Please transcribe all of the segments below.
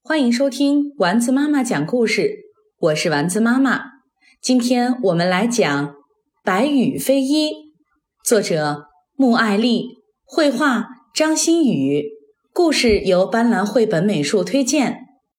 欢迎收听丸子妈妈讲故事，我是丸子妈妈。今天我们来讲《白羽非一》，作者穆爱丽，绘画张馨予，故事由斑斓绘本美术推荐。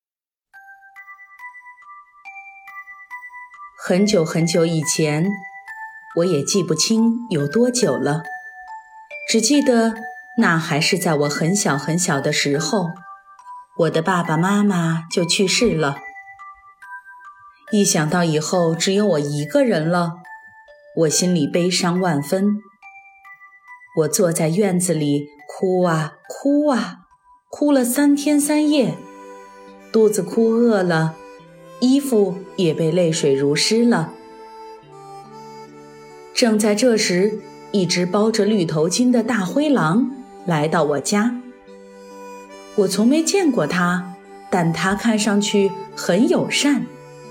很久很久以前，我也记不清有多久了，只记得那还是在我很小很小的时候，我的爸爸妈妈就去世了。一想到以后只有我一个人了，我心里悲伤万分。我坐在院子里哭啊哭啊，哭了3天3夜，肚子哭饿了，衣服也被泪水如湿了。正在这时，一只包着绿头巾的大灰狼来到我家。我从没见过它，但它看上去很友善。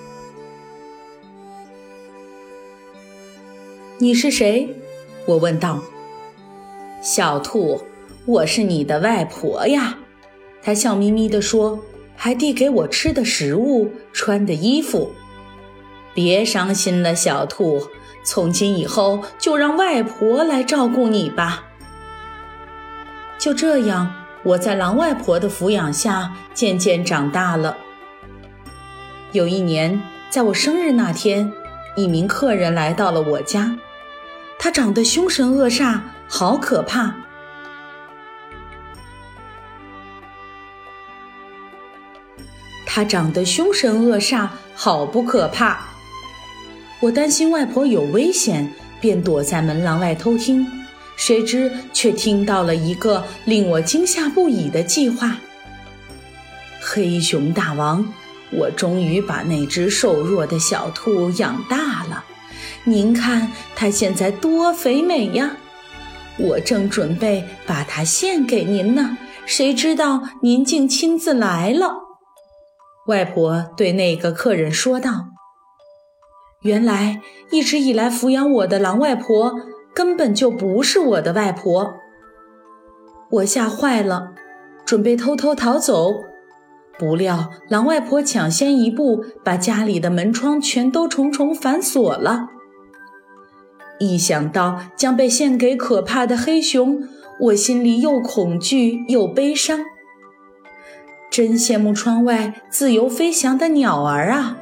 你是谁？我问道。小兔，我是你的外婆呀，它笑眯眯地说，还递给我吃的食物，穿的衣服。别伤心了，小兔，从今以后就让外婆来照顾你吧。就这样，我在狼外婆的抚养下渐渐长大了。有一年，在我生日那天，一名客人来到了我家，他长得凶神恶煞，好可怕。好不可怕。我担心外婆有危险，便躲在门廊外偷听，谁知却听到了一个令我惊吓不已的计划。黑熊大王，我终于把那只瘦弱的小兔养大了，您看它现在多肥美呀！我正准备把它献给您呢，谁知道您竟亲自来了。外婆对那个客人说道。原来一直以来抚养我的狼外婆根本就不是我的外婆。我吓坏了，准备偷偷逃走，不料狼外婆抢先一步，把家里的门窗全都重重反锁了。一想到将被献给可怕的黑熊，我心里又恐惧又悲伤。真羡慕窗外自由飞翔的鸟儿啊！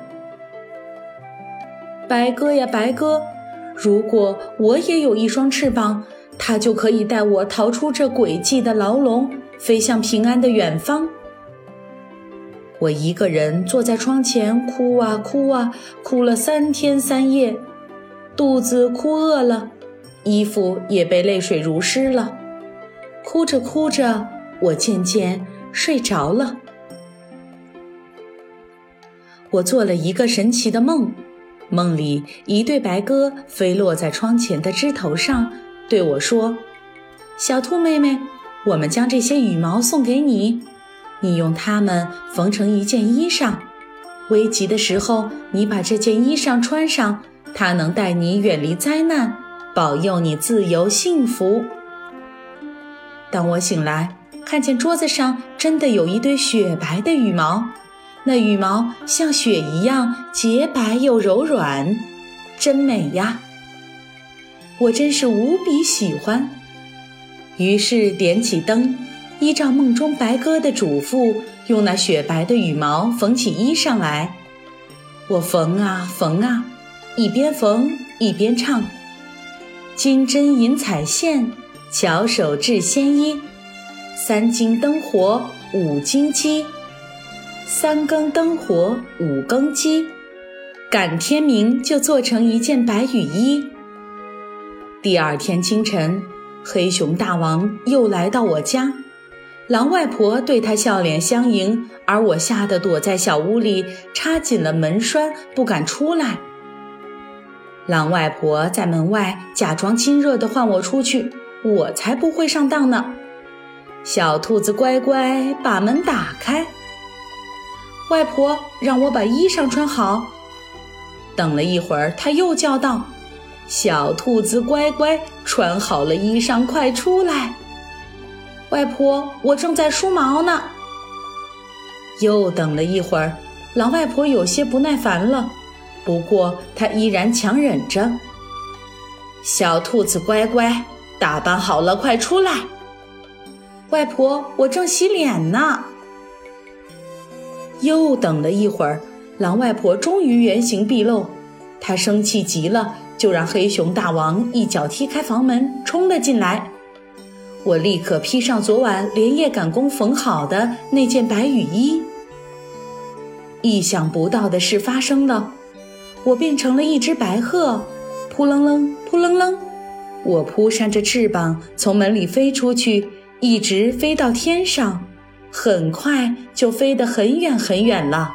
白鸽呀白鸽，如果我也有一双翅膀，它就可以带我逃出这诡计的牢笼，飞向平安的远方。我一个人坐在窗前哭啊哭啊，哭了3天3夜，肚子哭饿了，衣服也被泪水如湿了。哭着哭着，我渐渐睡着了。我做了一个神奇的梦，梦里一对白鸽飞落在窗前的枝头上，对我说，小兔妹妹，我们将这些羽毛送给你，你用它们缝成一件衣裳，危急的时候你把这件衣裳穿上，它能带你远离灾难，保佑你自由幸福。当我醒来，看见桌子上真的有一对雪白的羽毛，那羽毛像雪一样洁白又柔软，真美呀！我真是无比喜欢。于是点起灯，依照梦中白鸽的嘱咐，用那雪白的羽毛缝起衣裳来。我缝啊缝啊，一边缝一边唱，金针银彩线，巧手制纤衣，3更灯火5更鸡，3更灯火5更鸡，赶天明就做成一件白羽衣。第2天清晨，黑熊大王又来到我家，狼外婆对他笑脸相迎，而我吓得躲在小屋里，插紧了门栓，不敢出来。狼外婆在门外假装亲热地唤我出去，我才不会上当呢。小兔子乖乖，把门打开。外婆让我把衣裳穿好。等了一会儿，她又叫道，小兔子乖乖，穿好了衣裳快出来。外婆，我正在梳毛呢。 又等了一会儿，狼外婆有些不耐烦了，不过她依然强忍着。小兔子乖乖，打扮好了，快出来。外婆，我正洗脸呢。又等了一会儿，狼外婆终于原形毕露，她生气极了，就让黑熊大王一脚踢开房门，冲了进来。我立刻披上昨晚连夜赶工缝好的那件白雨衣。意想不到的事发生了，我变成了一只白鹤，扑棱棱扑棱棱，我扑扇着翅膀从门里飞出去，一直飞到天上，很快就飞得很远很远了。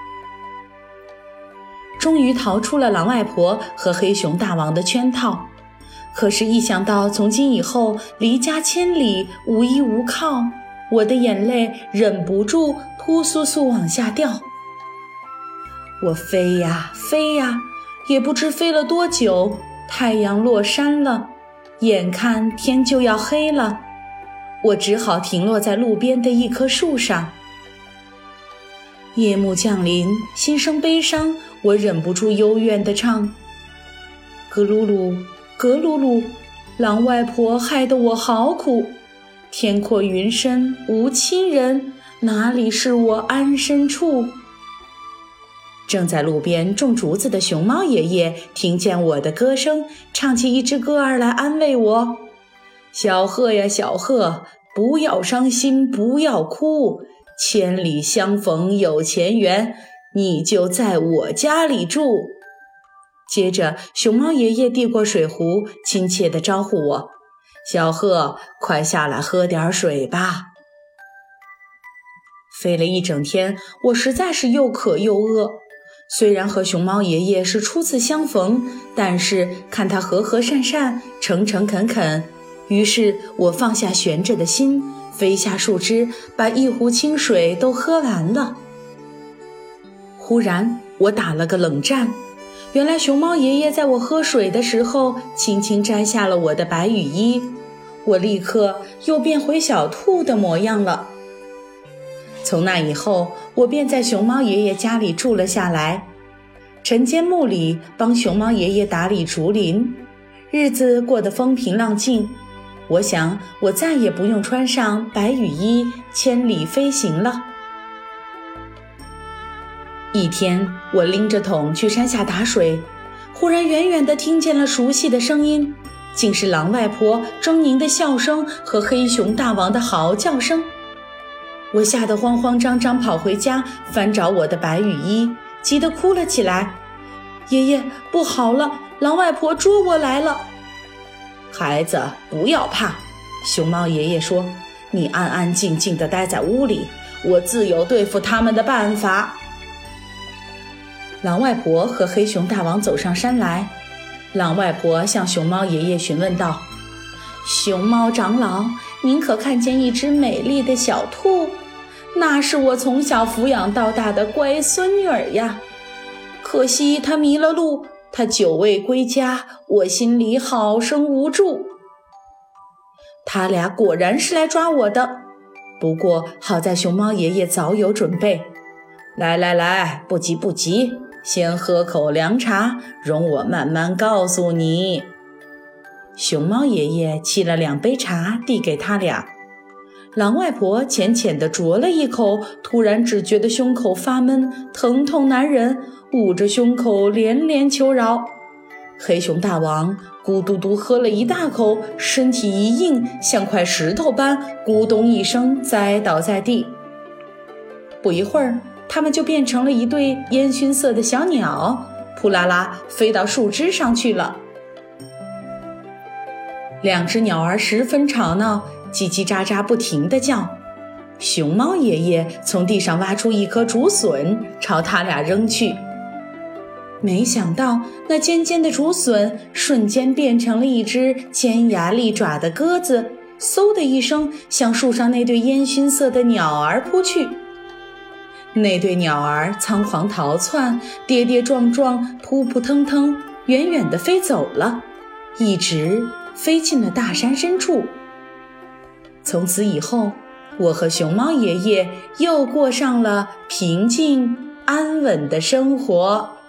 终于逃出了狼外婆和黑熊大王的圈套，可是一想到从今以后离家千里，无依无靠，我的眼泪忍不住扑簌簌往下掉。我飞呀飞呀，也不知飞了多久，太阳落山了，眼看天就要黑了，我只好停落在路边的一棵树上。夜幕降临，心生悲伤，我忍不住幽怨地唱：格鲁鲁格鲁鲁，狼外婆害得我好苦，天阔云深无亲人，哪里是我安身处。正在路边种竹子的熊猫爷爷听见我的歌声，唱起一支歌儿来安慰我：小鹤呀小鹤，不要伤心不要哭，千里相逢有前缘，你就在我家里住。接着熊猫爷爷递过水壶，亲切地招呼我：小鹤，快下来喝点水吧。飞了一整天，我实在是又渴又饿。虽然和熊猫爷爷是初次相逢，但是看他和和善善，诚诚恳恳，于是我放下悬着的心，飞下树枝，把一壶清水都喝完了。忽然我打了个冷战，原来熊猫爷爷在我喝水的时候轻轻摘下了我的白雨衣，我立刻又变回小兔的模样了。从那以后，我便在熊猫爷爷家里住了下来，晨间暮里帮熊猫爷爷打理竹林，日子过得风平浪静。我想我再也不用穿上白雨衣千里飞行了。一天，我拎着桶去山下打水，忽然远远地听见了熟悉的声音，竟是狼外婆狰狞的笑声和黑熊大王的嚎叫声。我吓得慌慌张张跑回家，翻找我的白雨衣，急得哭了起来：爷爷，不好了，狼外婆捉我来了。孩子，不要怕，熊猫爷爷说，你安安静静地待在屋里，我自有对付他们的办法。狼外婆和黑熊大王走上山来，狼外婆向熊猫爷爷询问道：熊猫长老，您可看见一只美丽的小兔？那是我从小抚养到大的乖孙女儿呀，可惜她迷了路，她久未归家，我心里好生无助。他俩果然是来抓我的，不过好在熊猫爷爷早有准备。来来来，不急不急，先喝口凉茶，容我慢慢告诉你。熊猫爷爷沏了2杯茶递给他俩，狼外婆浅浅地啄了一口，突然只觉得胸口发闷，疼痛难忍，捂着胸口连连求饶。黑熊大王咕嘟嘟喝了一大口，身体一硬，像块石头般咕咚一声栽倒在地。不一会儿，他们就变成了一对烟熏色的小鸟，扑啦啦飞到树枝上去了。2只鸟儿十分吵闹，叽叽喳喳不停地叫。熊猫爷爷从地上挖出一颗竹笋，朝他俩扔去。没想到那尖尖的竹笋瞬间变成了一只尖牙利爪的鸽子，嗖的一声向树上那对烟熏色的鸟儿扑去。那对鸟儿仓皇逃窜，跌跌撞撞，扑扑腾腾，远远地飞走了，一直飞进了大山深处。从此以后， 我和熊猫爷爷又过上了平静安稳的生活。